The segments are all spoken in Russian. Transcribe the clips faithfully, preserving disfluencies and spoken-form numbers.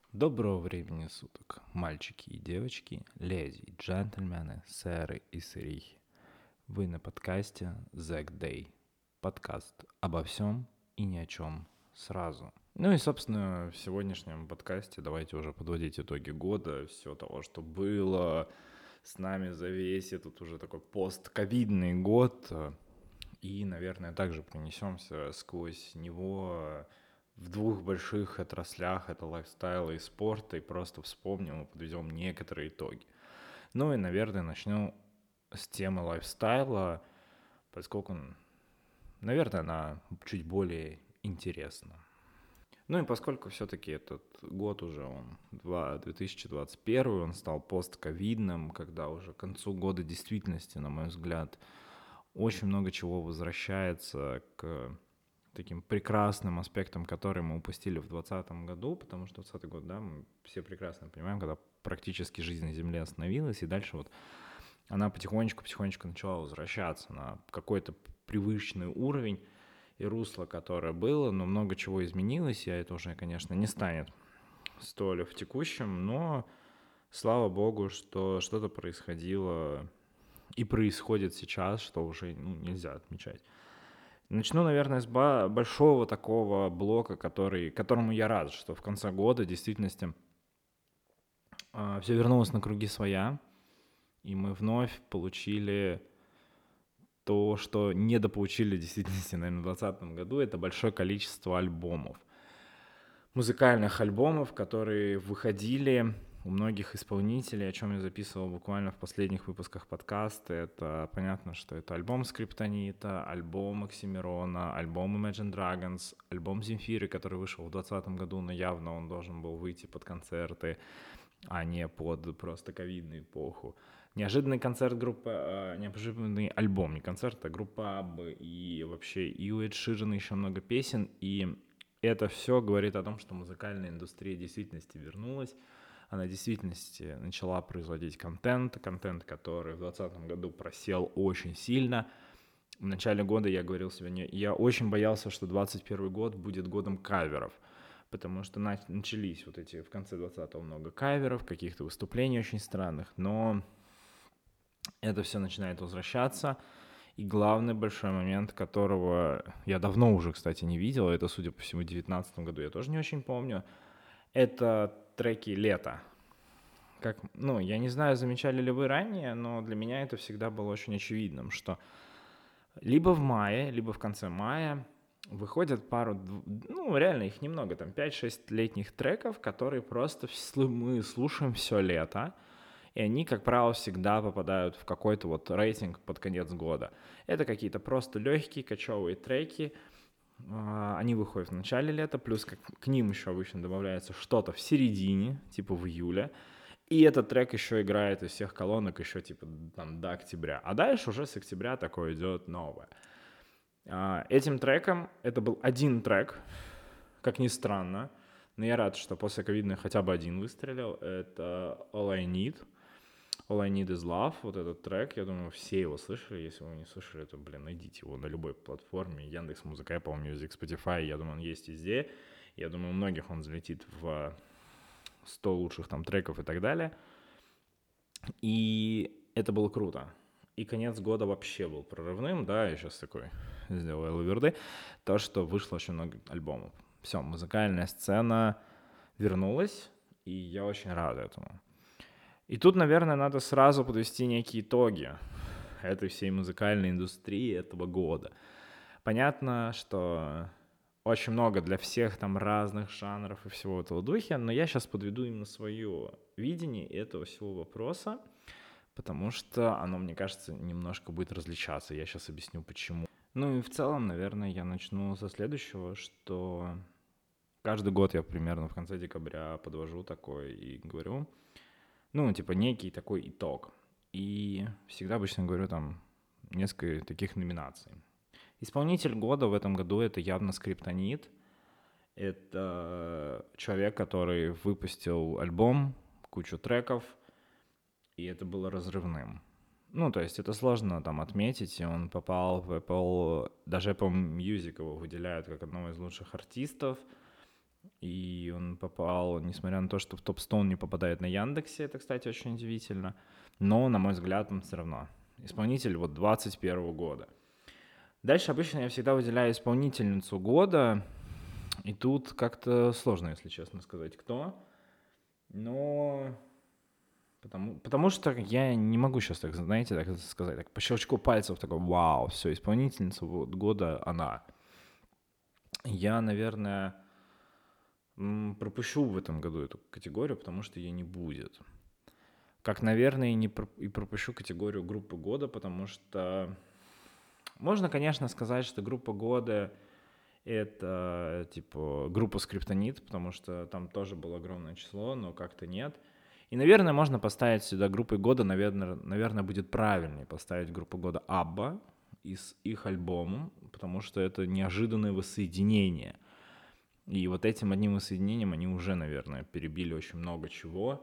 Доброго времени суток, мальчики и девочки, леди и джентльмены, сэры и сырихи. Вы на подкасте Zack Day. Подкаст обо всем и ни о чем сразу. Ну и, собственно, в сегодняшнем подкасте давайте уже подводить итоги года, все того, что было с нами за весь этот уже такой постковидный год. И, наверное, также пронесемся сквозь него в двух больших отраслях, это лайфстайл и спорт, и просто вспомним и подведем некоторые итоги. Ну и, наверное, начну с темы лайфстайла, поскольку, наверное, она чуть более интересна. Ну и поскольку все-таки этот год уже, он две тысячи двадцать первый, он стал постковидным, когда уже к концу года действительности, на мой взгляд, очень много чего возвращается к таким прекрасным аспектам, которые мы упустили в двадцатом году, потому что двадцатый год, да, мы все прекрасно понимаем, когда практически жизнь на Земле остановилась, и дальше вот она потихонечку-потихонечку начала возвращаться на какой-то привычный уровень и русло, которое было, но много чего изменилось, и это уже, конечно, не станет столь в текущем, но слава богу, что что-то происходило и происходит сейчас, что уже ну, нельзя отмечать. Начну, наверное, с большого такого блока, который, которому я рад, что в конце года в действительности э, все вернулось на круги своя, и мы вновь получили то, что недополучили в действительности, наверное, в двадцатом году, это большое количество альбомов. Музыкальных альбомов, которые выходили у многих исполнителей, о чем я записывал буквально в последних выпусках подкаста. Это понятно, что это альбом Скриптонита, альбом Оксимирона, альбом Imagine Dragons, альбом Земфиры, который вышел в двадцатом году, но явно он должен был выйти под концерты, а не под просто ковидную эпоху. Неожиданный концерт группы, э, неожиданный альбом, не концерт, а группа Аббы, и вообще и у Эд Ширана еще много песен, и это все говорит о том, что музыкальная индустрия в действительности вернулась, она в действительности начала производить контент, контент, который в двадцатом году просел очень сильно. В начале года я говорил себе, я очень боялся, что двадцать первый год будет годом каверов, потому что начались вот эти в конце двадцатого много каверов, каких-то выступлений очень странных, но это все начинает возвращаться. И главный большой момент, которого я давно уже, кстати, не видел, это, судя по всему, в две тысячи девятнадцатом году я тоже не очень помню, это треки лета. Как, ну, я не знаю, замечали ли вы ранее, но для меня это всегда было очень очевидным, что либо в мае, либо в конце мая выходят пару, ну, реально их немного, там пять-шесть летних треков, которые просто мы слушаем все лето, и они, как правило, всегда попадают в какой-то вот рейтинг под конец года. Это какие-то просто легкие кочевые треки, они выходят в начале лета, плюс к, к ним еще обычно добавляется что-то в середине, типа в июле, и этот трек еще играет из всех колонок еще типа там до октября, а дальше уже с октября такое идет новое. Этим треком, это был один трек, как ни странно, но я рад, что после ковидной хотя бы один выстрелил, это All I Need, All I Need Is Love, вот этот трек, я думаю, все его слышали, если вы не слышали, то, блин, найдите его на любой платформе, Яндекс.Музыка, Apple Music, Spotify, я думаю, он есть везде, я думаю, у многих он залетит в сто лучших там треков и так далее, и это было круто. И конец года вообще был прорывным, да, я сейчас такой сделаю лаверды, то, что вышло очень много альбомов. Все, музыкальная сцена вернулась, и я очень рад этому. И тут, наверное, надо сразу подвести некие итоги этой всей музыкальной индустрии этого года. Понятно, что очень много для всех там разных жанров и всего этого духе, но я сейчас подведу именно свое видение этого всего вопроса, потому что оно, мне кажется, немножко будет различаться. Я сейчас объясню, почему. Ну и в целом, наверное, я начну со следующего, что каждый год я примерно в конце декабря подвожу такой и говорю, ну, типа некий такой итог. И всегда обычно говорю там несколько таких номинаций. Исполнитель года в этом году это явно Скриптонит. Это человек, который выпустил альбом, кучу треков, и это было разрывным. Ну, то есть это сложно там отметить, и он попал в Apple, даже Apple Music его выделяют как одного из лучших артистов. И он попал, несмотря на то, что в топ сто он не попадает на Яндексе, это, кстати, очень удивительно. Но, на мой взгляд, он все равно исполнитель вот двадцать первого года. Дальше обычно я всегда выделяю исполнительницу года. И тут как-то сложно, если честно сказать, кто. Но потому, потому что я не могу сейчас, так, знаете, так сказать, так, по щелчку пальцев такой, вау, все, исполнительница вот года она. Я, наверное, пропущу в этом году эту категорию, потому что ее не будет. Как, наверное, и, не про- и пропущу категорию группы года, потому что можно, конечно, сказать, что группа года — это, типа, группа Скриптонит, потому что там тоже было огромное число, но как-то нет. И, наверное, можно поставить сюда группой года, наверное, наверное, будет правильнее поставить группу года Абба из их альбома, потому что это неожиданное воссоединение. И вот этим одним воссоединением они уже, наверное, перебили очень много чего,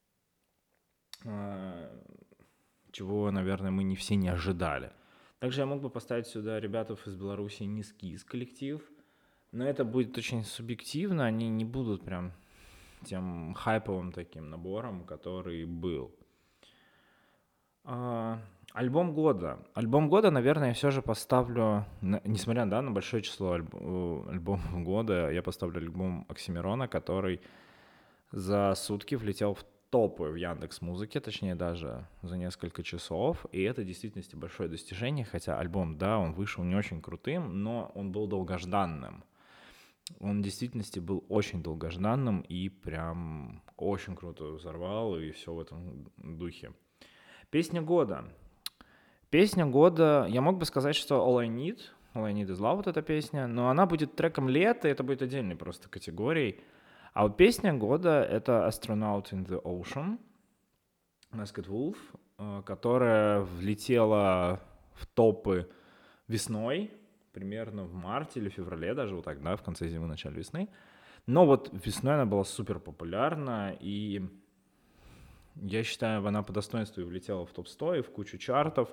чего, наверное, мы не все не ожидали. Также я мог бы поставить сюда ребятов из Беларуси Нискиз коллектив, но это будет очень субъективно, они не будут прям тем хайповым таким набором, который был. А, альбом года. Альбом года, наверное, я все же поставлю, на, несмотря да, на большое число альб, альбомов года, я поставлю альбом Оксимирона, который за сутки влетел в топы в Яндекс.Музыке, точнее даже за несколько часов, и это в действительности большое достижение, хотя альбом, да, он вышел не очень крутым, но он был долгожданным. Он в действительности был очень долгожданным и прям очень круто взорвал, и все в этом духе. Песня года. Песня года, я мог бы сказать, что All I Need, All I Need Is Love, вот эта песня, но она будет треком лета, это будет отдельной просто категорией. А вот песня года — это Astronaut in the Ocean, Masked Wolf, которая влетела в топы весной, примерно в марте или феврале даже, вот так, да, в конце зимы, начале весны. Но вот весной она была супер популярна, и я считаю, она по достоинству влетела в топ сто и в кучу чартов.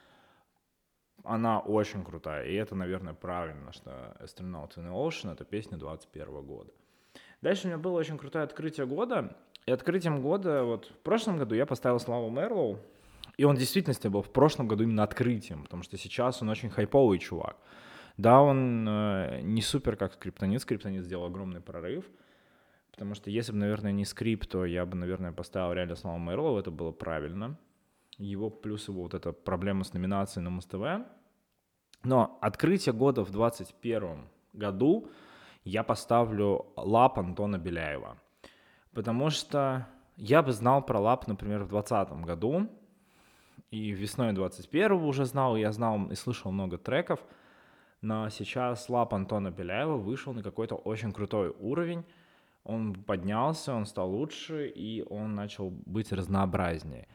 Она очень крутая, и это, наверное, правильно, что Astronaut in the Ocean — это песня двадцать первого года. Дальше у меня было очень крутое открытие года, и открытием года, вот в прошлом году я поставил Славу Мерлоу, и он в действительности был в прошлом году именно открытием, потому что сейчас он очень хайповый чувак. Да, он э, не супер как Скриптонит, Скриптонит сделал огромный прорыв, потому что если бы, наверное, не Скрипт, то я бы, наверное, поставил реально Славу Мерлоу, это было правильно. Его плюс его вот эта проблема с номинацией на Муз-ТВ. Но открытие года в двадцать первом году я поставлю лап Антона Беляева. Потому что я бы знал про лап, например, в двадцатом году, и весной двадцать первого уже знал, я знал и слышал много треков, но сейчас лап Антона Беляева вышел на какой-то очень крутой уровень, он поднялся, он стал лучше, и он начал быть разнообразнее.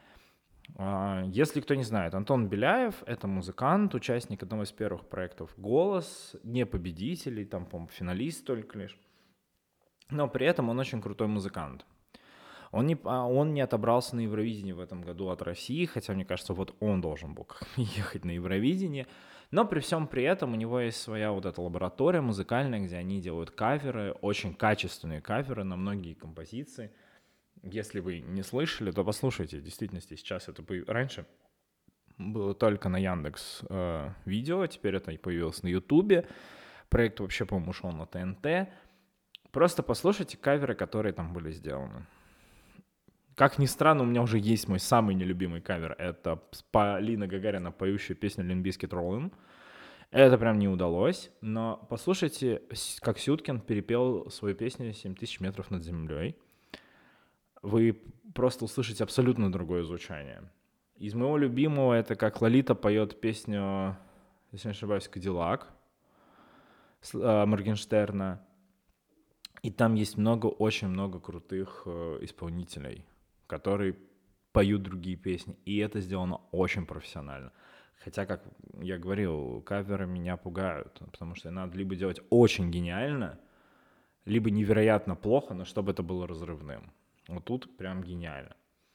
Если кто не знает, Антон Беляев — это музыкант, участник одного из первых проектов «Голос», не победитель, там, по-моему, финалист только лишь, но при этом он очень крутой музыкант. Он не, он не отобрался на Евровидение в этом году от России, хотя, мне кажется, вот он должен был ехать на Евровидение. Но при всем при этом у него есть своя вот эта лаборатория музыкальная, где они делают каверы, очень качественные каверы на многие композиции. Если вы не слышали, то послушайте. В действительности сейчас это появ... раньше было только на Яндекс э, видео, теперь это появилось на Ютубе. Проект вообще, по-моему, ушел на ТНТ. Просто послушайте каверы, которые там были сделаны. Как ни странно, у меня уже есть мой самый нелюбимый кавер. Это Полина Гагарина, поющая песню «Limp Bizkit Rollin'». Это прям не удалось, но послушайте, как Сюткин перепел свою песню «семь тысяч метров над землей». Вы просто услышите абсолютно другое звучание. Из моего любимого это как Лолита поет песню, если не ошибаюсь, «Кадиллак» Моргенштерна. И там есть много, очень много крутых э, исполнителей, которые поют другие песни. И это сделано очень профессионально. Хотя, как я говорил, каверы меня пугают, потому что надо либо делать очень гениально, либо невероятно плохо, но чтобы это было разрывным. Вот тут прям гениально.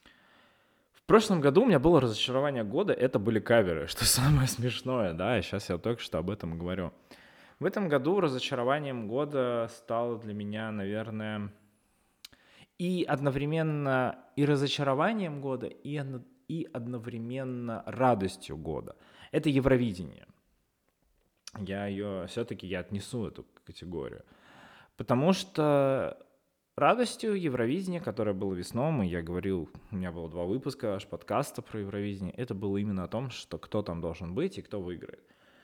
В прошлом году у меня было разочарование года, это были каверы, что самое смешное, да, и сейчас я только что об этом говорю. В этом году разочарованием года стало для меня, наверное, и одновременно и разочарованием года, и, одно- и одновременно радостью года. Это Евровидение. Я ее, все-таки я отнесу эту категорию. Потому что радостью Евровидения, которое было весной, и я говорил, у меня было два выпуска аж подкаста про Евровидение, это было именно о том, что кто там должен быть и кто выиграет.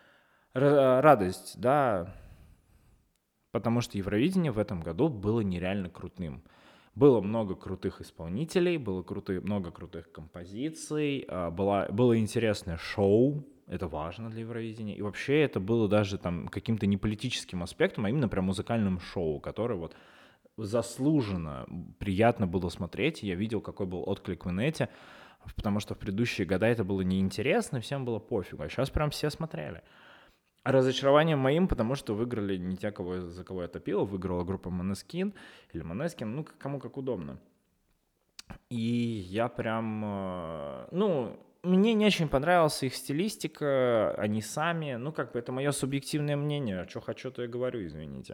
Р- радость, да, потому что Евровидение в этом году было нереально крутым. Было много крутых исполнителей, было крутые, много крутых композиций, а, была, было интересное шоу, это важно для Евровидения. И вообще это было даже там каким-то не политическим аспектом, а именно прям музыкальным шоу, которое вот заслуженно приятно было смотреть. Я видел, какой был отклик в инете, потому что в предыдущие года это было неинтересно, всем было пофигу, а сейчас прям все смотрели. А разочарованием моим, потому что выиграли не те, кого, за кого я топил, выиграла группа Måneskin или Måneskin, ну, кому как удобно. И я прям, э, ну, мне не очень понравилась их стилистика, они сами, ну, как бы это мое субъективное мнение, что хочу, то и говорю, извините.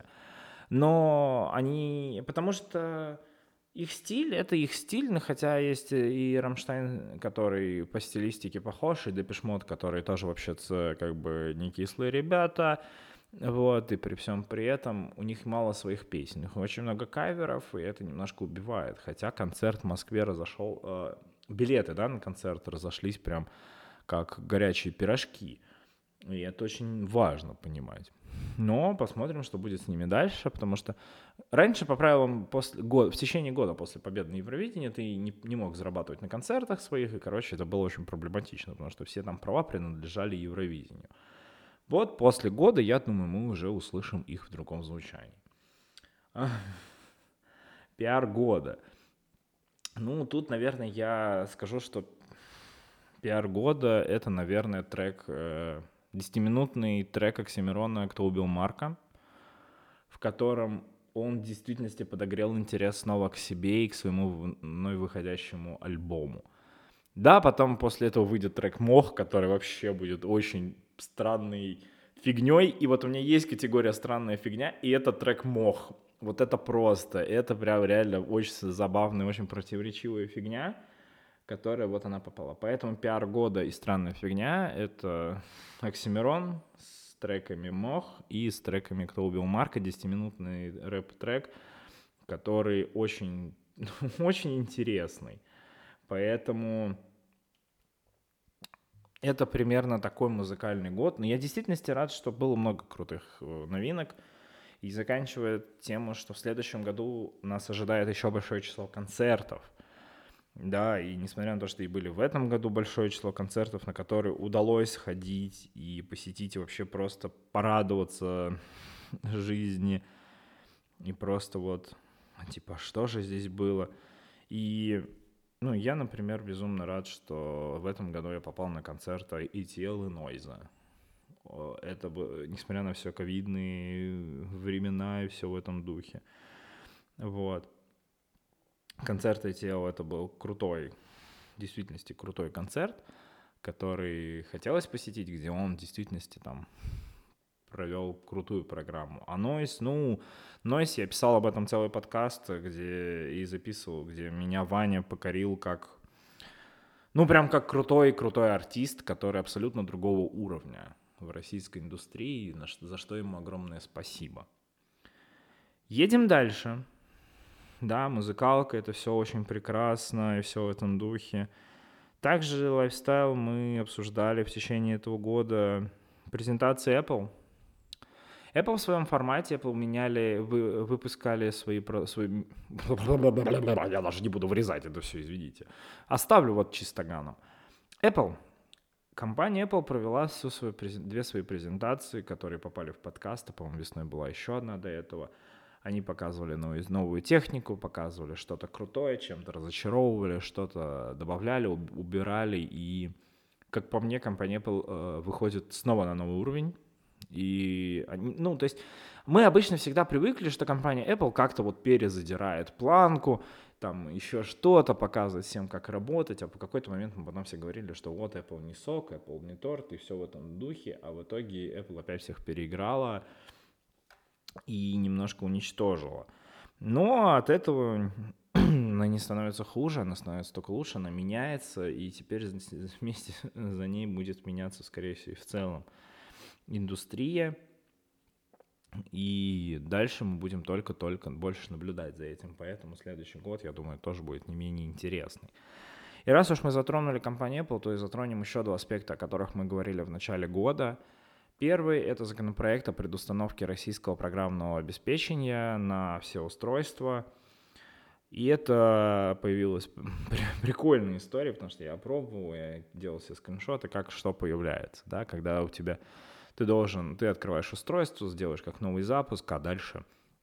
Но они, потому что их стиль — это их стиль, но хотя есть и Рамштайн, который по стилистике похож, и Депеш Мод, который тоже вообще-то как бы не кислые ребята, вот, и при всем при этом у них мало своих песен, у них очень много каверов, и это немножко убивает, хотя концерт в Москве разошел, э, билеты, да, на концерт разошлись прям как горячие пирожки, и это очень важно понимать. Но посмотрим, что будет с ними дальше, потому что раньше, по правилам, после, год, в течение года после победы на Евровидении ты не, не мог зарабатывать на концертах своих, и, короче, это было очень проблематично, потому что все там права принадлежали Евровидению. Вот после года, я думаю, мы уже услышим их в другом звучании. Пиар года. Ну, тут, наверное, я скажу, что пиар года — это, наверное, трек, э, десятиминутный трек Оксимирона «Кто убил Марка», в котором он в действительности подогрел интерес снова к себе и к своему вновь выходящему альбому. Да, потом после этого выйдет трек «Мох», который вообще будет очень странной фигней. И вот у меня есть категория «Странная фигня», и это трек «Мох». Вот это просто, это прям реально очень забавная, очень противоречивая фигня, которая вот она попала. Поэтому пиар года и «Странная фигня» — это Оксимирон с треками «Мох» и с треками «Кто убил Марка», десятиминутный рэп-трек, который очень, очень интересный. Поэтому это примерно такой музыкальный год. Но я действительно рад, что было много крутых новинок. И заканчивая тему, что в следующем году нас ожидает еще большое число концертов. Да, и несмотря на то, что и были в этом году большое число концертов, на которые удалось ходить и посетить, и вообще просто порадоваться жизни, и просто вот, типа, что же здесь было. И, ну, я, например, безумно рад, что в этом году я попал на концерты и ти эл и Нойза. Это, несмотря на все ковидные времена и все в этом духе. Вот. Концерт эй ти эл — это был крутой, в действительности крутой концерт, который хотелось посетить, где он в действительности там провел крутую программу. А Noise, ну, Noise, я писал об этом целый подкаст, где и записывал, где меня Ваня покорил как, ну, прям как крутой-крутой артист, который абсолютно другого уровня в российской индустрии, за что ему огромное спасибо. Едем дальше. Да, музыкалка, это все очень прекрасно, и все в этом духе. Также лайфстайл мы обсуждали в течение этого года презентации Apple. Apple в своем формате, Apple меняли, вы, выпускали свои, свои... Я даже не буду вырезать это все, извините. Оставлю вот чистоганом. Apple. Компания Apple провела всю свою, две свои презентации, которые попали в подкасты. По-моему, весной была еще одна до этого. Они показывали новую, новую технику, показывали что-то крутое, чем-то разочаровывали, что-то добавляли, убирали. И, как по мне, компания Apple э, выходит снова на новый уровень. И, они, ну, то есть Мы обычно всегда привыкли, что компания Apple как-то вот перезадирает планку, там еще что-то, показывает всем, как работать, а по какой-то момент мы потом все говорили, что вот Apple не сок, Apple не торт, и все в этом духе, а в итоге Apple опять всех переиграла и немножко уничтожила. Но от этого она не становится хуже, она становится только лучше, она меняется, и теперь вместе за ней будет меняться, скорее всего, и в целом индустрия. И дальше мы будем только-только больше наблюдать за этим, поэтому следующий год, я думаю, тоже будет не менее интересный. И раз уж мы затронули компанию Apple, то и затронем еще два аспекта, о которых мы говорили в начале года. Первый — это законопроект о предустановке российского программного обеспечения на все устройства. И это появилась прикольная история, потому что я пробовал, я делал все скриншоты, как что появляется, да, когда у тебя ты должен, ты открываешь устройство, сделаешь как новый запуск, а дальше,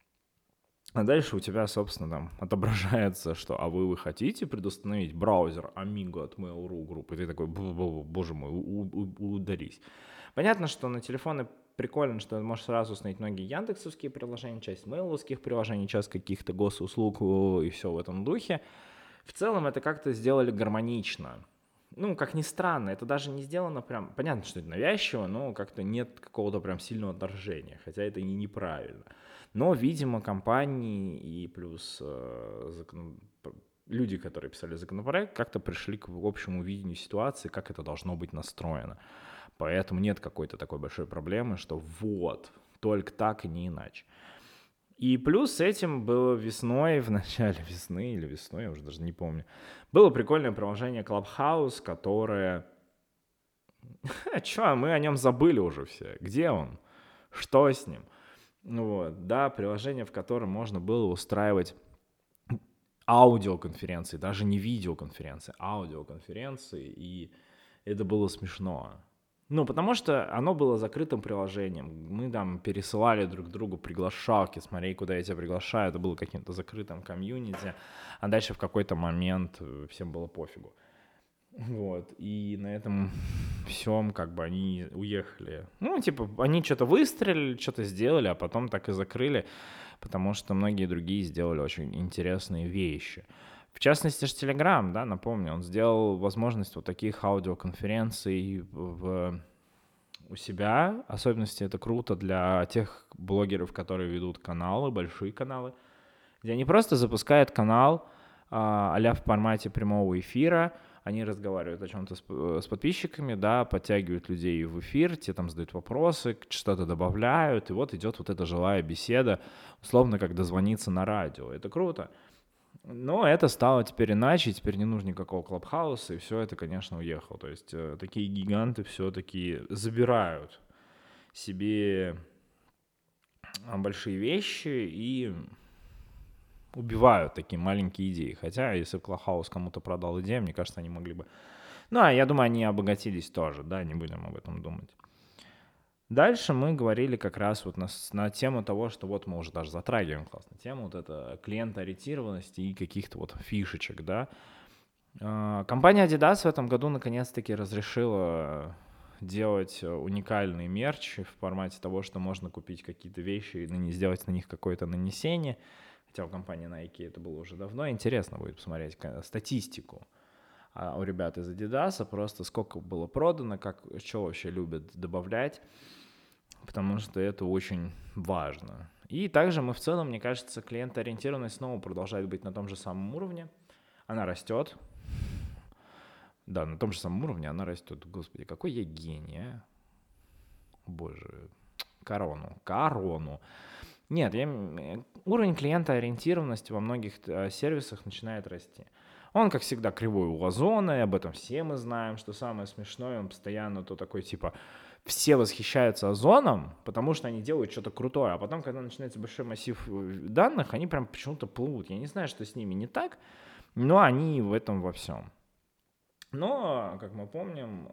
а дальше у тебя, собственно, там отображается, что, а вы, вы хотите предустановить браузер Amigo от Mail.ru Group, и ты такой, боже мой, ударись. Понятно, что на телефоны прикольно, что ты можешь сразу установить многие яндексовские приложения, часть мейловских приложений, часть каких-то госуслуг и все в этом духе. В целом это как-то сделали гармонично. Ну, как ни странно, это даже не сделано прям... Понятно, что это навязчиво, но как-то нет какого-то прям сильного отторжения, хотя это и неправильно. Но, видимо, компании и плюс э, закон... люди, которые писали законопроект, как-то пришли к общему видению ситуации, как это должно быть настроено. Поэтому нет какой-то такой большой проблемы, что вот, только так и не иначе. И плюс с этим было весной, в начале весны или весной, я уже даже не помню, было прикольное приложение Clubhouse, которое... Чё, мы о нем забыли уже все. Где он? Что с ним? Вот, да, приложение, в котором можно было устраивать аудиоконференции, даже не видеоконференции, аудиоконференции, и это было смешно. Ну, потому что оно было закрытым приложением. Мы там пересылали друг другу приглашалки, смотри, куда я тебя приглашаю. Это было каким-то закрытым комьюнити. А дальше в какой-то момент всем было пофигу. Вот. И на этом всем как бы они уехали. Ну, типа, они что-то выстрелили, что-то сделали, а потом так и закрыли, потому что многие другие сделали очень интересные вещи. В частности, же Telegram, да, напомню, он сделал возможность вот таких аудиоконференций в, у себя. В особенности это круто для тех блогеров, которые ведут каналы, большие каналы, где они просто запускают канал а, а-ля в формате прямого эфира. Они разговаривают о чем-то с, с подписчиками, да, подтягивают людей в эфир, те там задают вопросы, что-то добавляют, и вот идет вот эта живая беседа, условно, как дозвониться на радио. Это круто. Но это стало теперь иначе, теперь не нужно никакого клабхауса, и все это, конечно, уехало. То есть э, такие гиганты все-таки забирают себе большие вещи и убивают такие маленькие идеи. Хотя, если бы Клабхаус кому-то продал идею, мне кажется, они могли бы... Ну, а я думаю, они обогатились тоже, да, не будем об этом думать. Дальше мы говорили как раз вот на, на тему того, что вот мы уже даже затрагиваем классную тему, вот это клиентоориентированности и каких-то вот фишечек, да. Компания Adidas в этом году наконец-таки разрешила делать уникальный мерч в формате того, что можно купить какие-то вещи и сделать на них какое-то нанесение. Хотя у компании Nike это было уже давно. Интересно будет посмотреть статистику у ребят из Adidas, просто сколько было продано, как, что вообще любят добавлять, потому что это очень важно. И также мы в целом, мне кажется, клиентоориентированность снова продолжает быть на том же самом уровне. Она растет. Да, на том же самом уровне она растет. Господи, какой я гений, а? Боже, корону, корону. Нет, я... уровень клиентоориентированности во многих сервисах начинает расти. Он, как всегда, кривой у Озона, и об этом все мы знаем, что самое смешное, он постоянно то такой, типа, все восхищаются Озоном, потому что они делают что-то крутое, а потом, когда начинается большой массив данных, они прям почему-то плывут. Я не знаю, что с ними не так, но они в этом во всем. Но, как мы помним,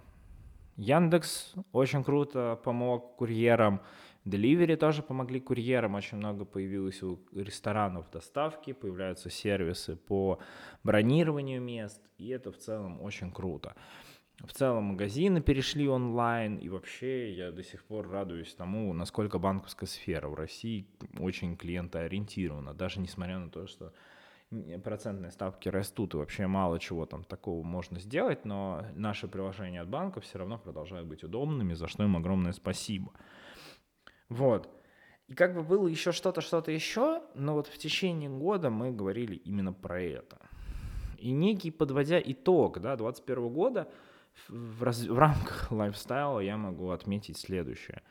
Яндекс очень круто помог курьерам, Delivery тоже помогли курьерам, очень много появилось у ресторанов доставки, появляются сервисы по бронированию мест, и это в целом очень круто. В целом магазины перешли онлайн, и вообще я до сих пор радуюсь тому, насколько банковская сфера в России очень клиентоориентирована, даже несмотря на то, что процентные ставки растут, и вообще мало чего там такого можно сделать, но наши приложения от банка все равно продолжают быть удобными, за что им огромное спасибо. Вот. И как бы было еще что-то, что-то еще, но вот в течение года мы говорили именно про это. И некий, подводя итог, да, двадцать первого года, в, раз, в рамках лайфстайла я могу отметить следующее.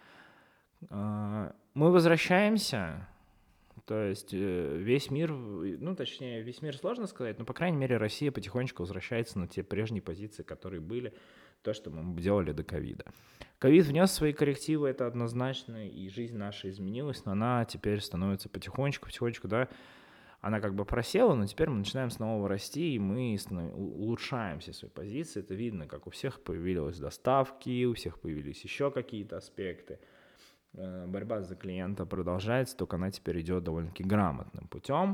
Мы возвращаемся, то есть весь мир, ну точнее весь мир сложно сказать, но по крайней мере Россия потихонечку возвращается на те прежние позиции, которые были, то, что мы делали до ковида. Ковид внес свои коррективы, это однозначно, и жизнь наша изменилась, но она теперь становится потихонечку, потихонечку, да, она как бы просела, но теперь мы начинаем снова расти, и мы улучшаем все свои позиции. Это видно, как у всех появились доставки, у всех появились еще какие-то аспекты. Борьба за клиента продолжается, только она теперь идет довольно-таки грамотным путем,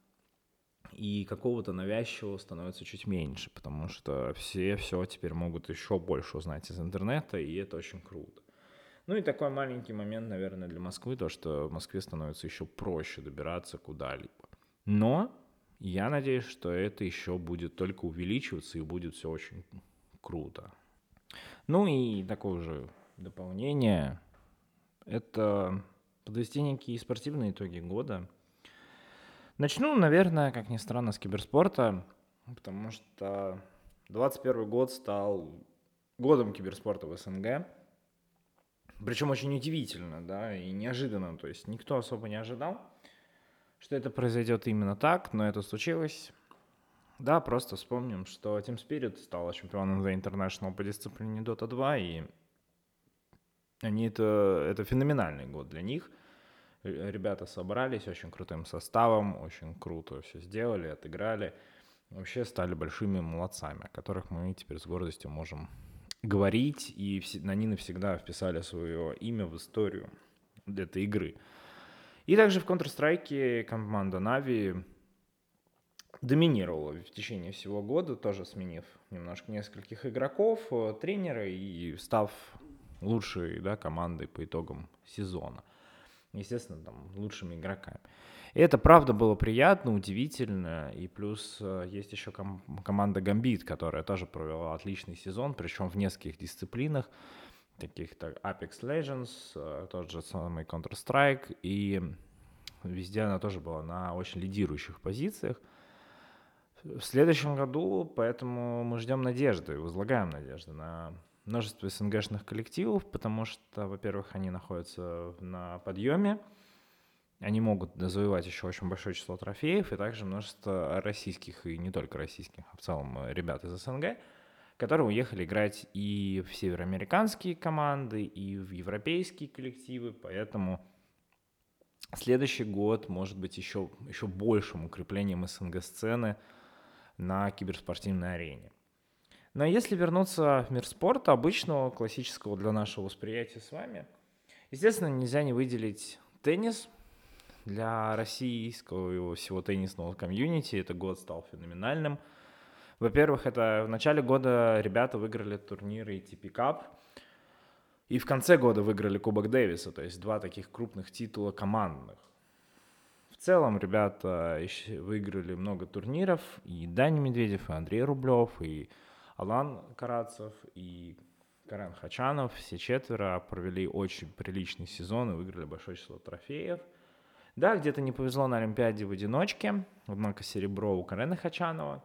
и какого-то навязчивого становится чуть меньше, потому что все все теперь могут еще больше узнать из интернета, и это очень круто. Ну и такой маленький момент, наверное, для Москвы, то, что в Москве становится еще проще добираться куда-либо. Но я надеюсь, что это еще будет только увеличиваться и будет все очень круто. Ну и такое же дополнение – это подвести некие спортивные итоги года. Начну, наверное, как ни странно, с киберспорта, потому что двадцать первый год стал годом киберспорта в СНГ. Причем очень удивительно, да, и неожиданно, то есть никто особо не ожидал, что это произойдет именно так, но это случилось. Да, просто вспомним, что Team Spirit стала чемпионом The International по дисциплине Dota два, и они это, это феноменальный год для них. Ребята собрались очень крутым составом, очень круто все сделали, отыграли. Вообще стали большими молодцами, о которых мы теперь с гордостью можем говорить, и они навсегда вписали свое имя в историю этой игры. И также в Counter-Strike команда Na'Vi доминировала в течение всего года, тоже сменив немножко нескольких игроков, тренера и став лучшей, да, командой по итогам сезона. Естественно, там, лучшими игроками. И это, правда, было приятно, удивительно. И плюс есть еще ком- команда Gambit, которая тоже провела отличный сезон, причем в нескольких дисциплинах, таких как Apex Legends, тот же самый Counter-Strike, и везде она тоже была на очень лидирующих позициях. В следующем году, поэтому мы ждем надежды, возлагаем надежды на множество СНГшных коллективов, потому что, во-первых, они находятся на подъеме, они могут завоевать еще очень большое число трофеев, и также множество российских, и не только российских, а в целом ребят из СНГ, которые уехали играть и в североамериканские команды, и в европейские коллективы, поэтому следующий год может быть еще, еще большим укреплением СНГ-сцены на киберспортивной арене. Но если вернуться в мир спорта, обычного, классического для нашего восприятия с вами, естественно, нельзя не выделить теннис. Для российского всего теннисного комьюнити этот год стал феноменальным. Во-первых, это в начале года ребята выиграли турниры эй ти пи Cup, и в конце года выиграли Кубок Дэвиса, то есть два таких крупных титула командных. В целом ребята выиграли много турниров, и Даня Медведев, и Андрей Рублев, и Алан Карацев, и Карен Хачанов, все четверо провели очень приличный сезон и выиграли большое число трофеев. Да, где-то не повезло на Олимпиаде в одиночке, однако серебро у Карена Хачанова.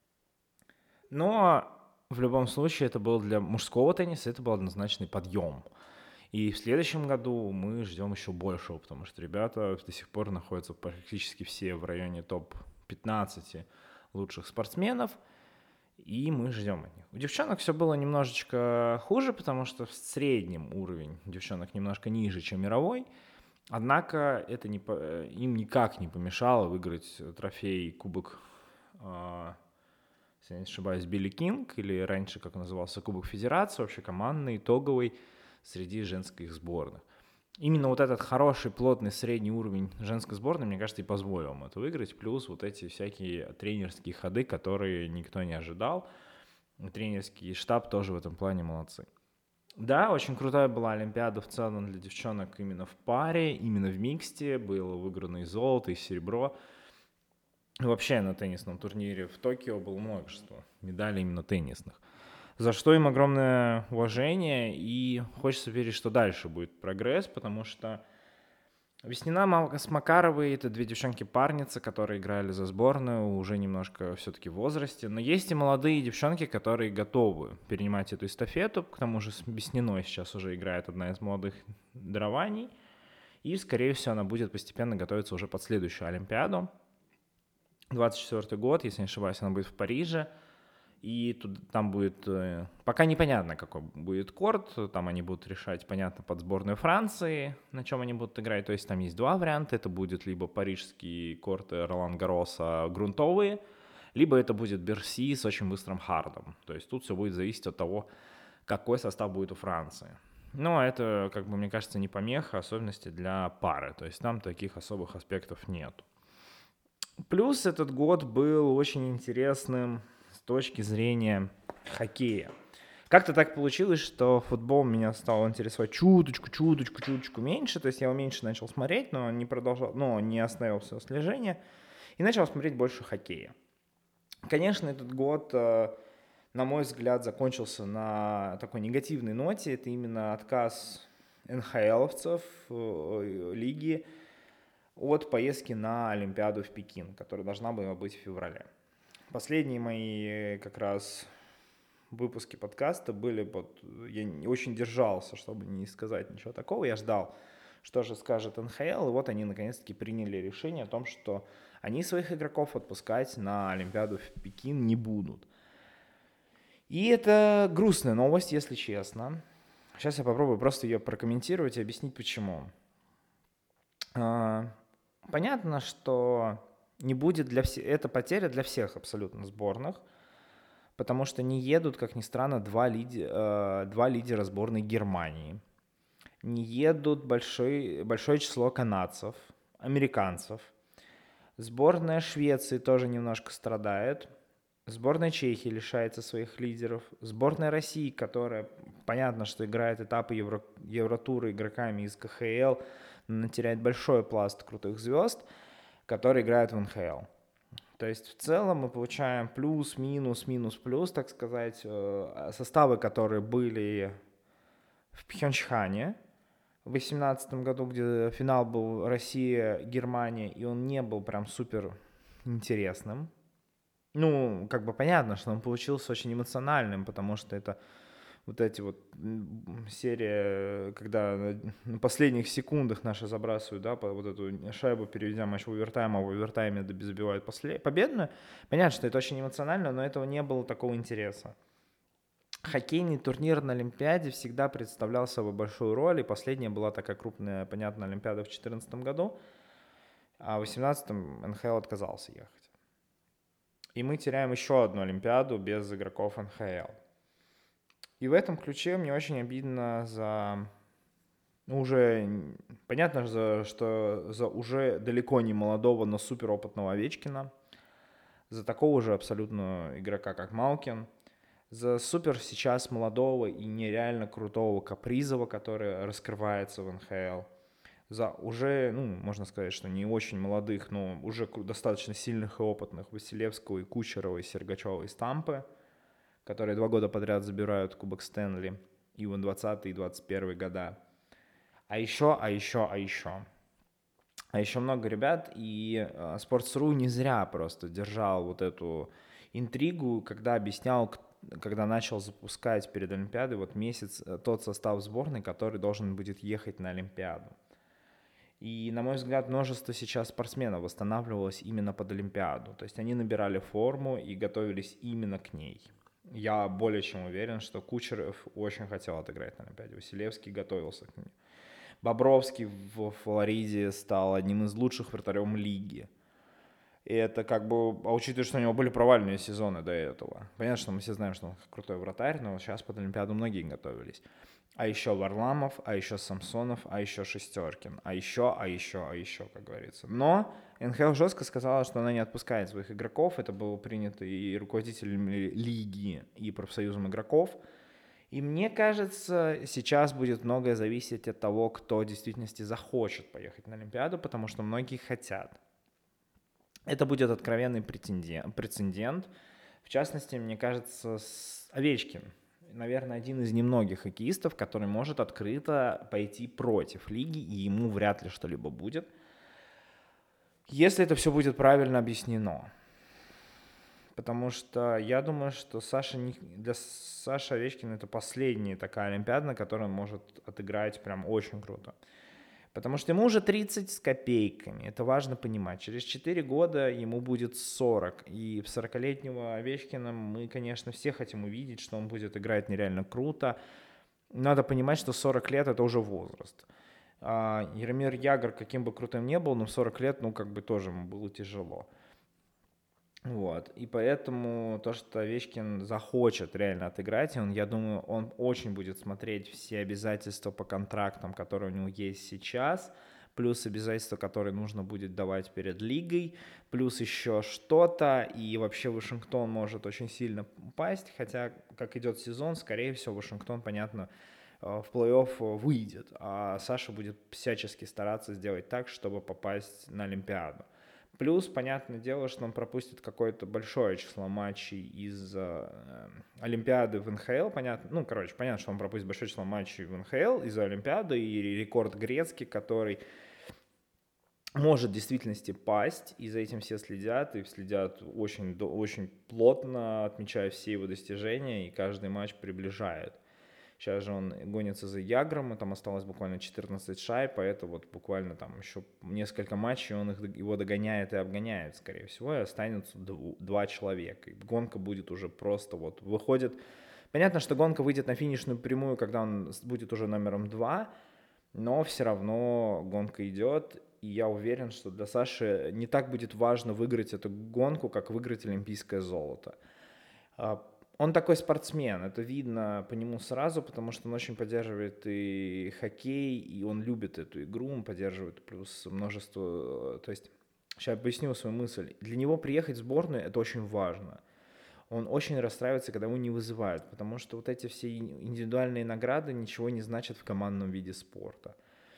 Но в любом случае это был для мужского тенниса, это был однозначный подъем. И в следующем году мы ждем еще большего, потому что ребята до сих пор находятся практически все в районе топ пятнадцати лучших спортсменов, и мы ждем от них. У девчонок все было немножечко хуже, потому что в среднем уровень девчонок немножко ниже, чем мировой, однако это не, им никак не помешало выиграть трофей Кубок, если я не ошибаюсь, Билли Кинг, или раньше, как он назывался, Кубок Федерации, вообще командный, итоговый, среди женских сборных. Именно вот этот хороший, плотный, средний уровень женской сборной, мне кажется, и позволил им это выиграть, плюс вот эти всякие тренерские ходы, которые никто не ожидал. Тренерский штаб тоже в этом плане молодцы. Да, очень крутая была Олимпиада в целом для девчонок именно в паре, именно в миксте. Было выиграно и золото, и серебро. И вообще на теннисном турнире в Токио было множество медалей именно теннисных. За что им огромное уважение, и хочется верить, что дальше будет прогресс, потому что Веснина с Макаровой — это две девчонки-парницы, которые играли за сборную, уже немножко все-таки в возрасте. Но есть и молодые девчонки, которые готовы перенимать эту эстафету. К тому же с Весниной сейчас уже играет одна из молодых дарований. И, скорее всего, она будет постепенно готовиться уже под следующую Олимпиаду. двадцать четвёртый год, если не ошибаюсь, она будет в Париже. И тут, там будет, э, пока непонятно, какой будет корт, там они будут решать, понятно, под сборную Франции, на чем они будут играть, то есть там есть два варианта, это будет либо парижский корт Ролан Гарроса грунтовые, либо это будет Берси с очень быстрым хардом, то есть тут все будет зависеть от того, какой состав будет у Франции. Но это, как бы, мне кажется, не помеха, особенности для пары, то есть там таких особых аспектов нет. Плюс этот год был очень интересным с точки зрения хоккея. Как-то так получилось, что футбол меня стал интересовать чуточку, чуточку, чуточку меньше. То есть я его меньше начал смотреть, но не продолжал, но не остановил свое слежение. И начал смотреть больше хоккея. Конечно, этот год, на мой взгляд, закончился на такой негативной ноте. Это именно отказ эн ха эловцев лиги от поездки на Олимпиаду в Пекин, которая должна была быть в феврале. Последние мои как раз выпуски подкаста были, вот, я очень держался, чтобы не сказать ничего такого, я ждал, что же скажет эн ха эл, и вот они наконец-таки приняли решение о том, что они своих игроков отпускать на Олимпиаду в Пекин не будут. И это грустная новость, если честно. Сейчас я попробую просто ее прокомментировать и объяснить, почему. Понятно, что не будет для всех, это потеря для всех абсолютно сборных, потому что не едут, как ни странно, два, лиди, э, два лидера сборной Германии. Не едут большой, большое число канадцев, американцев. Сборная Швеции тоже немножко страдает. Сборная Чехии лишается своих лидеров. Сборная России, которая, понятно, что играет этапы Евро, Евротура игроками из ка ха эл, она теряет большой пласт крутых звезд, которые играют в эн ха эл. То есть в целом мы получаем плюс, минус, минус, плюс, так сказать, составы, которые были в Пхенчхане в две тысячи восемнадцатом году, где финал был Россия-Германия, и он не был прям супер интересным. Ну, как бы понятно, что он получился очень эмоциональным, потому что это вот эти вот серия, когда на последних секундах наши забрасывают, да, по вот эту шайбу, переведя матч в овертайм, а в овертайме забивают после... победную. Понятно, что это очень эмоционально, но этого не было такого интереса. Хоккейный турнир на Олимпиаде всегда представлял собой большую роль, и последняя была такая крупная, понятная Олимпиада в две тысячи четырнадцатом году, а в две тысячи восемнадцатом эн ха эл отказался ехать. И мы теряем еще одну Олимпиаду без игроков эн ха эл. И в этом ключе мне очень обидно за... Ну, уже понятно, за, что за уже далеко не молодого, но суперопытного Овечкина, за такого же абсолютно игрока, как Малкин, за супер сейчас молодого и нереально крутого Капризова, который раскрывается в эн ха эл, за уже, ну, можно сказать, что не очень молодых, но уже достаточно сильных и опытных Василевского и Кучерова, и Сергачева, и Стампы, которые два года подряд забирают Кубок Стэнли, и в двадцатый и двадцать первый года. А еще, а еще, а еще. А еще много ребят, и Sports.ru не зря просто держал вот эту интригу, когда объяснял, когда начал запускать перед Олимпиадой вот месяц тот состав сборной, который должен будет ехать на Олимпиаду. И, на мой взгляд, множество сейчас спортсменов восстанавливалось именно под Олимпиаду. То есть они набирали форму и готовились именно к ней. Я более чем уверен, что Кучеров очень хотел отыграть на Олимпиаде. Василевский готовился к ней. Бобровский в Флориде стал одним из лучших вратарем лиги. И это как бы, а учитывая, что у него были провальные сезоны до этого. Понятно, что мы все знаем, что он крутой вратарь, но сейчас под Олимпиаду многие готовились. А еще Варламов, а еще Самсонов, а еще Шестеркин, а еще, а еще, а еще, как говорится. Но эн ха эл жестко сказала, что она не отпускает своих игроков. Это было принято и руководителями лиги, и профсоюзом игроков. И мне кажется, сейчас будет многое зависеть от того, кто в действительности захочет поехать на Олимпиаду, потому что многие хотят. Это будет откровенный прецедент. В частности, мне кажется, Овечкин, наверное, один из немногих хоккеистов, который может открыто пойти против лиги, и ему вряд ли что-либо будет, если это все будет правильно объяснено. Потому что я думаю, что Саша не... для Саши Овечкина это последняя такая Олимпиада, на которой он может отыграть прям очень круто. Потому что ему уже тридцать с копейками, это важно понимать. Через четыре года ему будет сорок, и в сорокалетнего Овечкина мы, конечно, все хотим увидеть, что он будет играть нереально круто. Надо понимать, что сорок лет — это уже возраст. А Яромир Ягр, каким бы крутым ни был, но в сорок лет, ну, как бы тоже ему было тяжело. Вот, и поэтому то, что Овечкин захочет реально отыграть, он, я думаю, он очень будет смотреть все обязательства по контрактам, которые у него есть сейчас, плюс обязательства, которые нужно будет давать перед лигой, плюс еще что-то, и вообще Вашингтон может очень сильно упасть, хотя, как идет сезон, скорее всего, Вашингтон, понятно, в плей-офф выйдет, а Саша будет всячески стараться сделать так, чтобы попасть на Олимпиаду. Плюс, понятное дело, что он пропустит какое-то большое число матчей из э, Олимпиады в эн ха эл. Понятно, ну, короче, понятно, что он пропустит большое число матчей в эн ха эл из-за Олимпиады, и рекорд Грецкий, который может в действительности пасть, и за этим все следят, и следят очень, очень плотно, отмечая все его достижения, и каждый матч приближает. Сейчас же он гонится за Ягром, и там осталось буквально четырнадцать шайб, поэтому вот буквально там еще несколько матчей, он их, его догоняет и обгоняет, скорее всего, и останется два человека. И гонка будет уже просто вот выходит... Понятно, что гонка выйдет на финишную прямую, когда он будет уже номером два, но все равно гонка идет, и я уверен, что для Саши не так будет важно выиграть эту гонку, как выиграть олимпийское золото. Он такой спортсмен, это видно по нему сразу, потому что он очень поддерживает и хоккей, и он любит эту игру, он поддерживает плюс множество... То есть, сейчас объясню свою мысль. Для него приехать в сборную — это очень важно. Он очень расстраивается, когда его не вызывают, потому что вот эти все индивидуальные награды ничего не значат в командном виде спорта.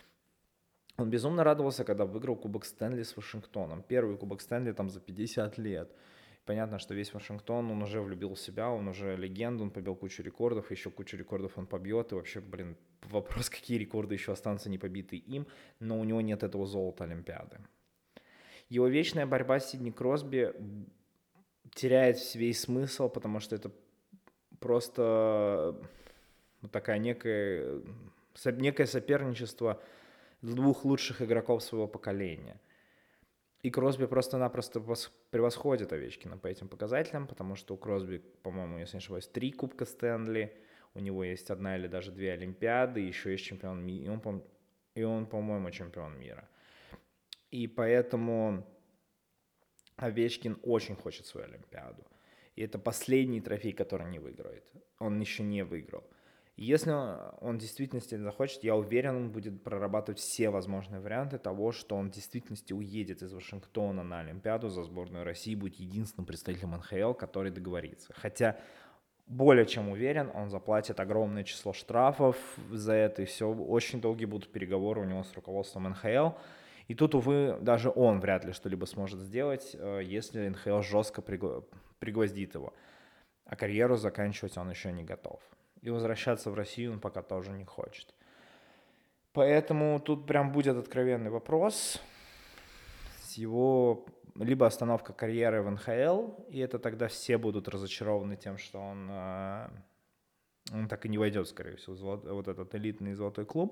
Он безумно радовался, когда выиграл Кубок Стэнли с Вашингтоном. Первый Кубок Стэнли там за пятьдесят лет. Понятно, что весь Вашингтон, он уже влюбил в себя, он уже легенда, он побил кучу рекордов, еще кучу рекордов он побьет, и вообще, блин, вопрос, какие рекорды еще останутся не побиты им, но у него нет этого золота Олимпиады. Его вечная борьба с Сидни Кросби теряет весь смысл, потому что это просто такая некая, некое соперничество двух лучших игроков своего поколения. И Кросби просто-напросто превосходит Овечкина по этим показателям, потому что у Кросби, по-моему, если не ошибаюсь, три Кубка Стэнли, у него есть одна или даже две Олимпиады, еще есть чемпион мира, и он, и он, по-моему, чемпион мира. И поэтому Овечкин очень хочет свою Олимпиаду. И это последний трофей, который не выиграет. Он еще не выиграл. Если он в действительности захочет, я уверен, он будет прорабатывать все возможные варианты того, что он в действительности уедет из Вашингтона на Олимпиаду за сборную России, будет единственным представителем эн ха эл, который договорится. Хотя, более чем уверен, он заплатит огромное число штрафов за это, и все, очень долгие будут переговоры у него с руководством эн ха эл. И тут, увы, даже он вряд ли что-либо сможет сделать, если эн ха эл жестко пригвоздит его. А карьеру заканчивать он еще не готов. И возвращаться в Россию он пока тоже не хочет. Поэтому тут прям будет откровенный вопрос с его либо остановка карьеры в эн ха эл, и это тогда все будут разочарованы тем, что он, он так и не войдет, скорее всего, в вот этот элитный золотой клуб.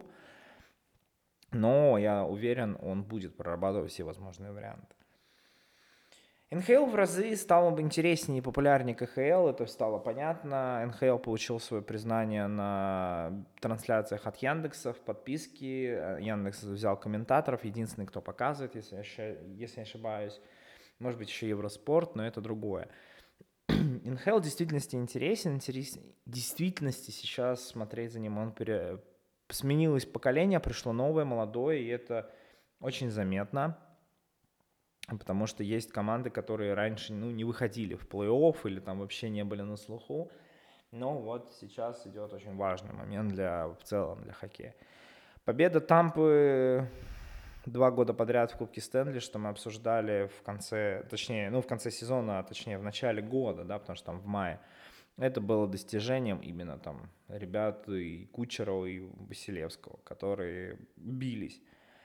Но я уверен, он будет прорабатывать все возможные варианты. эн ха эл в разы стал интереснее и популярнее ка ха эл, это стало понятно. эн ха эл получил свое признание на трансляциях от Яндекса в подписке. Яндекс взял комментаторов, единственный, кто показывает, если я, если я ошибаюсь. Может быть, еще Евроспорт, но это другое. эн эйч эл в действительности интересен. Интерес... В действительности сейчас смотреть за ним, он пере... сменилось поколение, пришло новое, молодое, и это очень заметно. Потому что есть команды, которые раньше ну, не выходили в плей-офф или там вообще не были на слуху. Но вот сейчас идет очень важный момент для, в целом для хоккея. Победа Тампы два года подряд в Кубке Стэнли, что мы обсуждали в конце, точнее, ну в конце сезона, а точнее в начале года, да, потому что там в мае. Это было достижением именно там ребят и Кучерова, и Василевского, которые бились.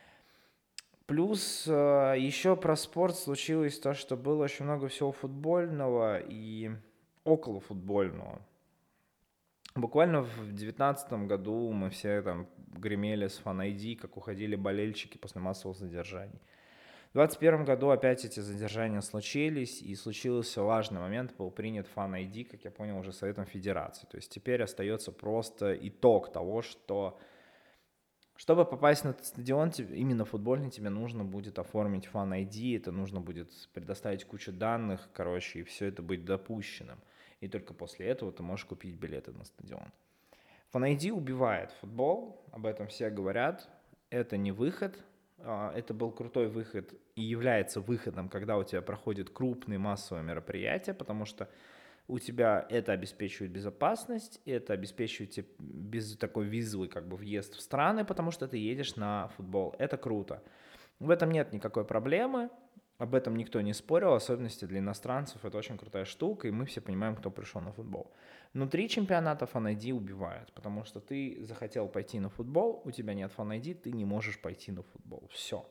Плюс э, еще про спорт случилось то, что было очень много всего футбольного и околофутбольного. Буквально в девятнадцатом году мы все там гремели с Fan ай ди, как уходили болельщики после массовых задержаний. В двадцать первом году опять эти задержания случились, и случился важный момент, был принят Fan ай ди, как я понял, уже Советом Федерации. То есть теперь остается просто итог того, что чтобы попасть на этот стадион, именно футбольный, тебе нужно будет оформить Fan ай ди, это нужно будет предоставить кучу данных, короче, и все это быть допущенным. И только после этого ты можешь купить билеты на стадион. Fan ай ди убивает футбол, об этом все говорят. Это не выход, это был крутой выход и является выходом, когда у тебя проходит крупные массовые мероприятия, потому что у тебя это обеспечивает безопасность, это обеспечивает тебе без такой визовый как бы въезд в страны, потому что ты едешь на футбол. Это круто. В этом нет никакой проблемы, об этом никто не спорил, в особенности для иностранцев это очень крутая штука, и мы все понимаем, кто пришел на футбол. Внутри чемпионата Fan ай ди убивает, потому что ты захотел пойти на футбол, у тебя нет Fan ай ди, ты не можешь пойти на футбол. Все.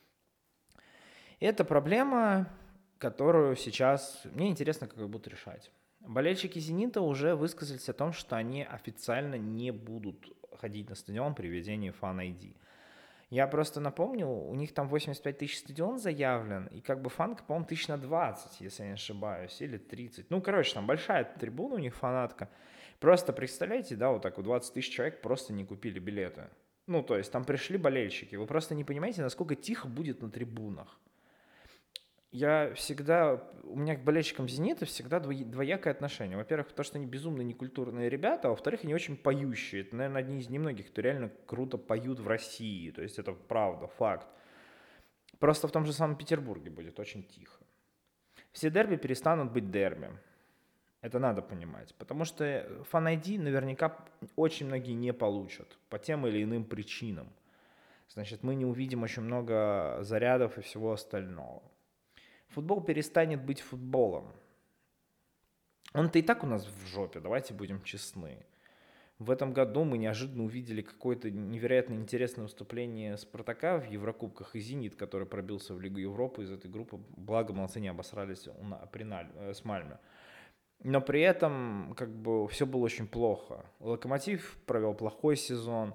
Это проблема, которую сейчас, мне интересно, как ее будут решать. Болельщики «Зенита» уже высказались о том, что они официально не будут ходить на стадион при введении Fan ай ди. Я просто напомню, у них там восемьдесят пять тысяч стадион заявлен, и как бы фанка, по-моему, тысяч на двадцать, если я не ошибаюсь, или тридцать. Ну, короче, там большая трибуна у них, фанатка. Просто представляете, да, вот так вот двадцать тысяч человек просто не купили билеты. Ну, то есть там пришли болельщики. Вы просто не понимаете, насколько тихо будет на трибунах. Я всегда, у меня к болельщикам «Зенита» всегда двоякое отношение. Во-первых, потому что они безумно некультурные ребята, а во-вторых, они очень поющие. Это, наверное, одни из немногих, кто реально круто поют в России. То есть это правда, факт. Просто в том же самом Петербурге будет очень тихо. Все дерби перестанут быть дерби. Это надо понимать. Потому что Fan ай ди наверняка очень многие не получат по тем или иным причинам. Значит, мы не увидим очень много зарядов и всего остального. Футбол перестанет быть футболом. Он-то и так у нас в жопе, давайте будем честны. В этом году мы неожиданно увидели какое-то невероятно интересное выступление Спартака в Еврокубках и Зенит, который пробился в Лигу Европы из этой группы. Благо, молодцы, не обосрались при Наль, э, с Мальме. Но при этом как бы все было очень плохо. Локомотив провел плохой сезон.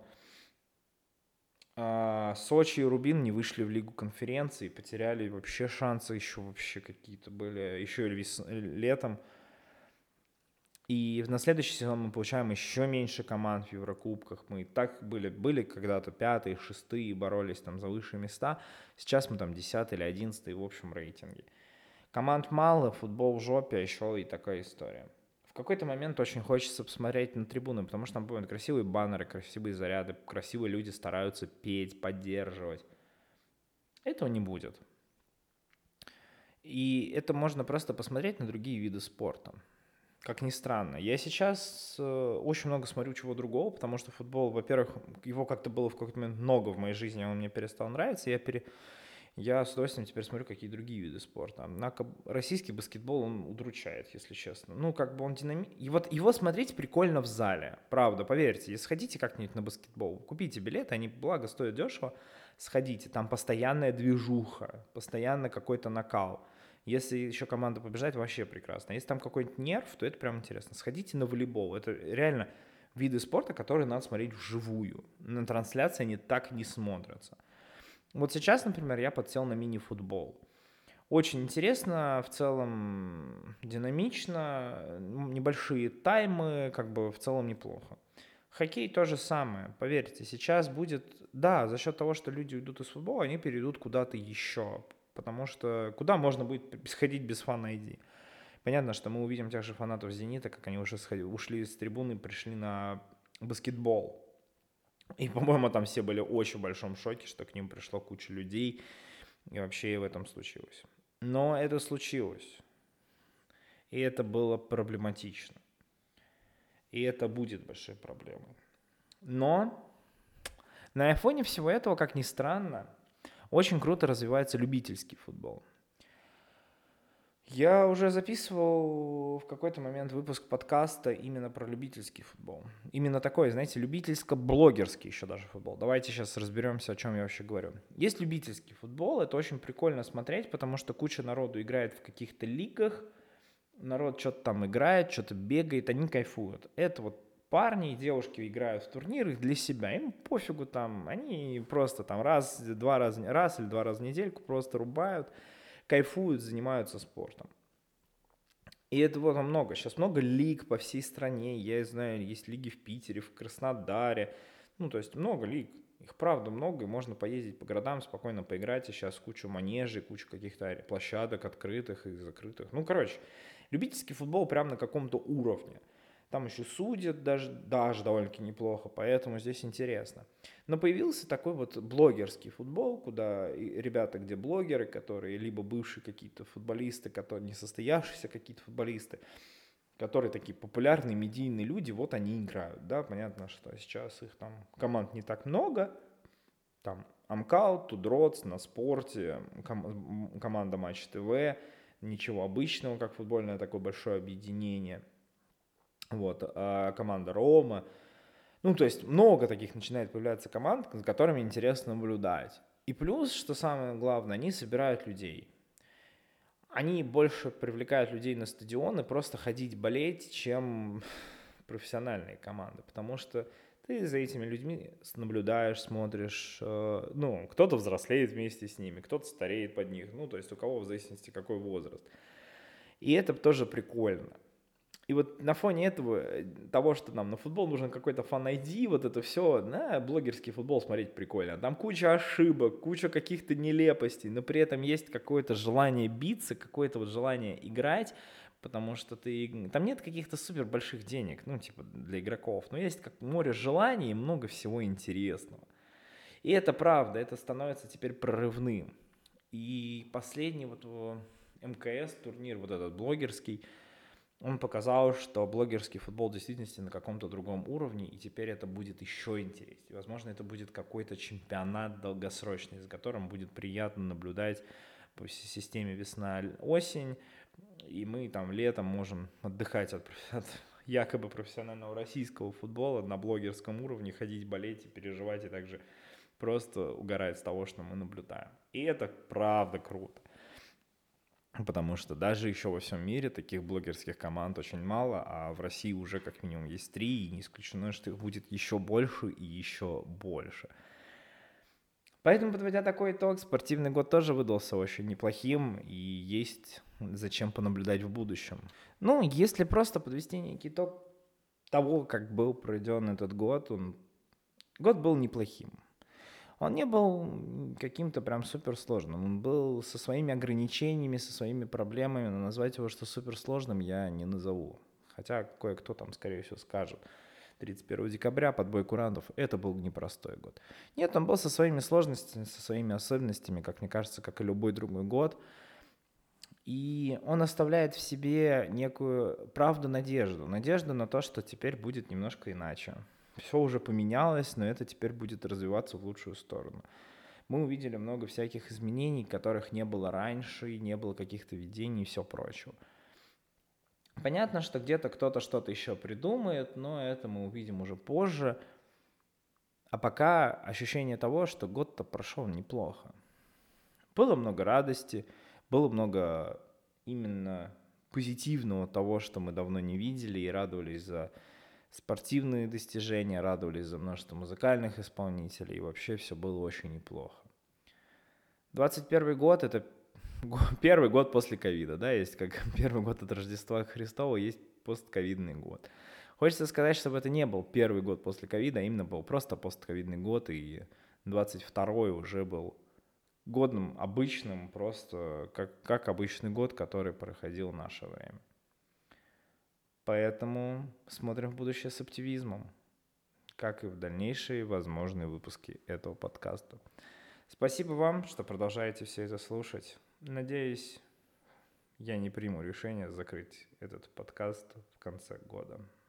Сочи и Рубин не вышли в Лигу конференции, потеряли вообще шансы еще вообще какие-то были, еще вес... летом. И на следующий сезон мы получаем еще меньше команд в Еврокубках. Мы и так были, были когда-то пятые, шестые, боролись там за высшие места. Сейчас мы там десятый или одиннадцатый в общем рейтинге. Команд мало, футбол в жопе, а еще и такая история. В какой-то момент очень хочется посмотреть на трибуны, потому что там бывают красивые баннеры, красивые заряды, красивые люди стараются петь, поддерживать. Этого не будет. И это можно просто посмотреть на другие виды спорта. Как ни странно. Я сейчас э, очень много смотрю чего другого, потому что футбол, во-первых, его как-то было в какой-то момент много в моей жизни, он мне перестал нравиться, я пере... Я с удовольствием теперь смотрю, какие другие виды спорта. Однако российский баскетбол, он удручает, если честно. Ну, как бы он динамичный. И вот его смотреть прикольно в зале. Правда, поверьте. Если сходите как-нибудь на баскетбол, купите билеты, они, благо, стоят дешево. Сходите, там постоянная движуха, постоянно какой-то накал. Если еще команда побеждает, вообще прекрасно. Если там какой-нибудь нерв, то это прям интересно. Сходите на волейбол. Это реально виды спорта, которые надо смотреть вживую. На трансляции они так не смотрятся. Вот сейчас, например, я подсел на мини-футбол. Очень интересно, в целом динамично, небольшие таймы, как бы в целом неплохо. Хоккей то же самое, поверьте, сейчас будет, да, за счет того, что люди уйдут из футбола, они перейдут куда-то еще. потому что куда можно будет сходить без фан-ай ди? Понятно, что мы увидим тех же фанатов «Зенита», как они уже сходили, ушли с трибуны, пришли на баскетбол. И, по-моему, там все были в очень большом шоке, что к ним пришло куча людей, и вообще в этом случилось. Но это случилось. И это было проблематично. И это будет большой проблемой. Но на фоне всего этого, как ни странно, очень круто развивается любительский футбол. Я уже записывал в какой-то момент выпуск подкаста именно про любительский футбол. Именно такой, знаете, любительско-блогерский еще даже футбол. Давайте сейчас разберемся, о чем я вообще говорю. Есть любительский футбол, это очень прикольно смотреть, потому что куча народу играет в каких-то лигах, народ что-то там играет, что-то бегает, они кайфуют. Это вот парни и девушки играют в турниры для себя, им пофигу там, они просто там раз, два раза, раз или два раза в недельку просто рубают, кайфуют, занимаются спортом. И этого там много. Сейчас много лиг по всей стране. Я знаю, есть лиги в Питере, в Краснодаре. Ну, то есть много лиг. Их правда много, и можно поездить по городам, спокойно поиграть. И сейчас куча манежей, куча каких-то площадок открытых и закрытых. Ну, короче, любительский футбол прям на каком-то уровне. Там еще судят даже, даже довольно-таки неплохо, поэтому здесь интересно. Но появился такой вот блогерский футбол, куда ребята, где блогеры, которые либо бывшие какие-то футболисты, которые не состоявшиеся какие-то футболисты, которые такие популярные медийные люди, вот они играют, да, понятно, что сейчас их там команд не так много, там Амкаут, Тудроц, на спорте, ком- команда Матч ТВ, ничего обычного, как футбольное такое большое объединение. Вот, а команда Рома. Ну, то есть много таких начинает появляться команд, за которыми интересно наблюдать. И плюс, что самое главное, они собирают людей. Они больше привлекают людей на стадионы просто ходить болеть, чем профессиональные команды. Потому что ты за этими людьми наблюдаешь, смотришь. Э, ну, кто-то взрослеет вместе с ними, кто-то стареет под них. Ну, то есть у кого в зависимости какой возраст. И это тоже прикольно. И вот на фоне этого, того, что нам на футбол нужен какой-то фан-ай ди, вот это все, на блогерский футбол смотреть прикольно. Там куча ошибок, куча каких-то нелепостей, но при этом есть какое-то желание биться, какое-то вот желание играть, потому что ты... Там нет каких-то супер больших денег, ну, типа, для игроков, но есть как море желаний и много всего интересного. И это правда, это становится теперь прорывным. И последний вот эм ка эс турнир, вот этот блогерский, он показал, что блогерский футбол в действительности на каком-то другом уровне, и теперь это будет еще интереснее. Возможно, это будет какой-то чемпионат долгосрочный, за которым будет приятно наблюдать по системе весна-осень, и мы там летом можем отдыхать от, от якобы профессионального российского футбола на блогерском уровне, ходить, болеть и переживать, и также просто угорать с того, что мы наблюдаем. И это правда круто. Потому что даже еще во всем мире таких блогерских команд очень мало, а в России уже как минимум есть три, и не исключено, что их будет еще больше и еще больше. Поэтому, подводя такой итог, спортивный год тоже выдался очень неплохим, и есть зачем понаблюдать в будущем. Ну, если просто подвести некий итог того, как был проведен этот год, он... год был неплохим. Он не был каким-то прям суперсложным. Он был со своими ограничениями, со своими проблемами, но назвать его что суперсложным я не назову. Хотя кое-кто там, скорее всего, скажет. тридцать первого декабря, подбой курантов, это был непростой год. Нет, он был со своими сложностями, со своими особенностями, как мне кажется, как и любой другой год. И он оставляет в себе некую правду-надежду. Надежду на то, что теперь будет немножко иначе. Все уже поменялось, но это теперь будет развиваться в лучшую сторону. Мы увидели много всяких изменений, которых не было раньше, не было каких-то видений и все прочего. Понятно, что где-то кто-то что-то еще придумает, но это мы увидим уже позже. А пока ощущение того, что год-то прошел неплохо. Было много радости, было много именно позитивного того, что мы давно не видели, и радовались за спортивные достижения, радовались за множество музыкальных исполнителей, и вообще все было очень неплохо. двадцать первый год — это первый год после ковида, да, есть как первый год от Рождества Христова, есть постковидный год. Хочется сказать, чтобы это не был первый год после ковида, а именно был просто постковидный год, и двадцать второй уже был годом обычным, просто как, как обычный год, который проходил в наше время. Поэтому смотрим в будущее с оптимизмом, как и в дальнейшие возможные выпуски этого подкаста. Спасибо вам, что продолжаете все это слушать. Надеюсь, я не приму решение закрыть этот подкаст в конце года.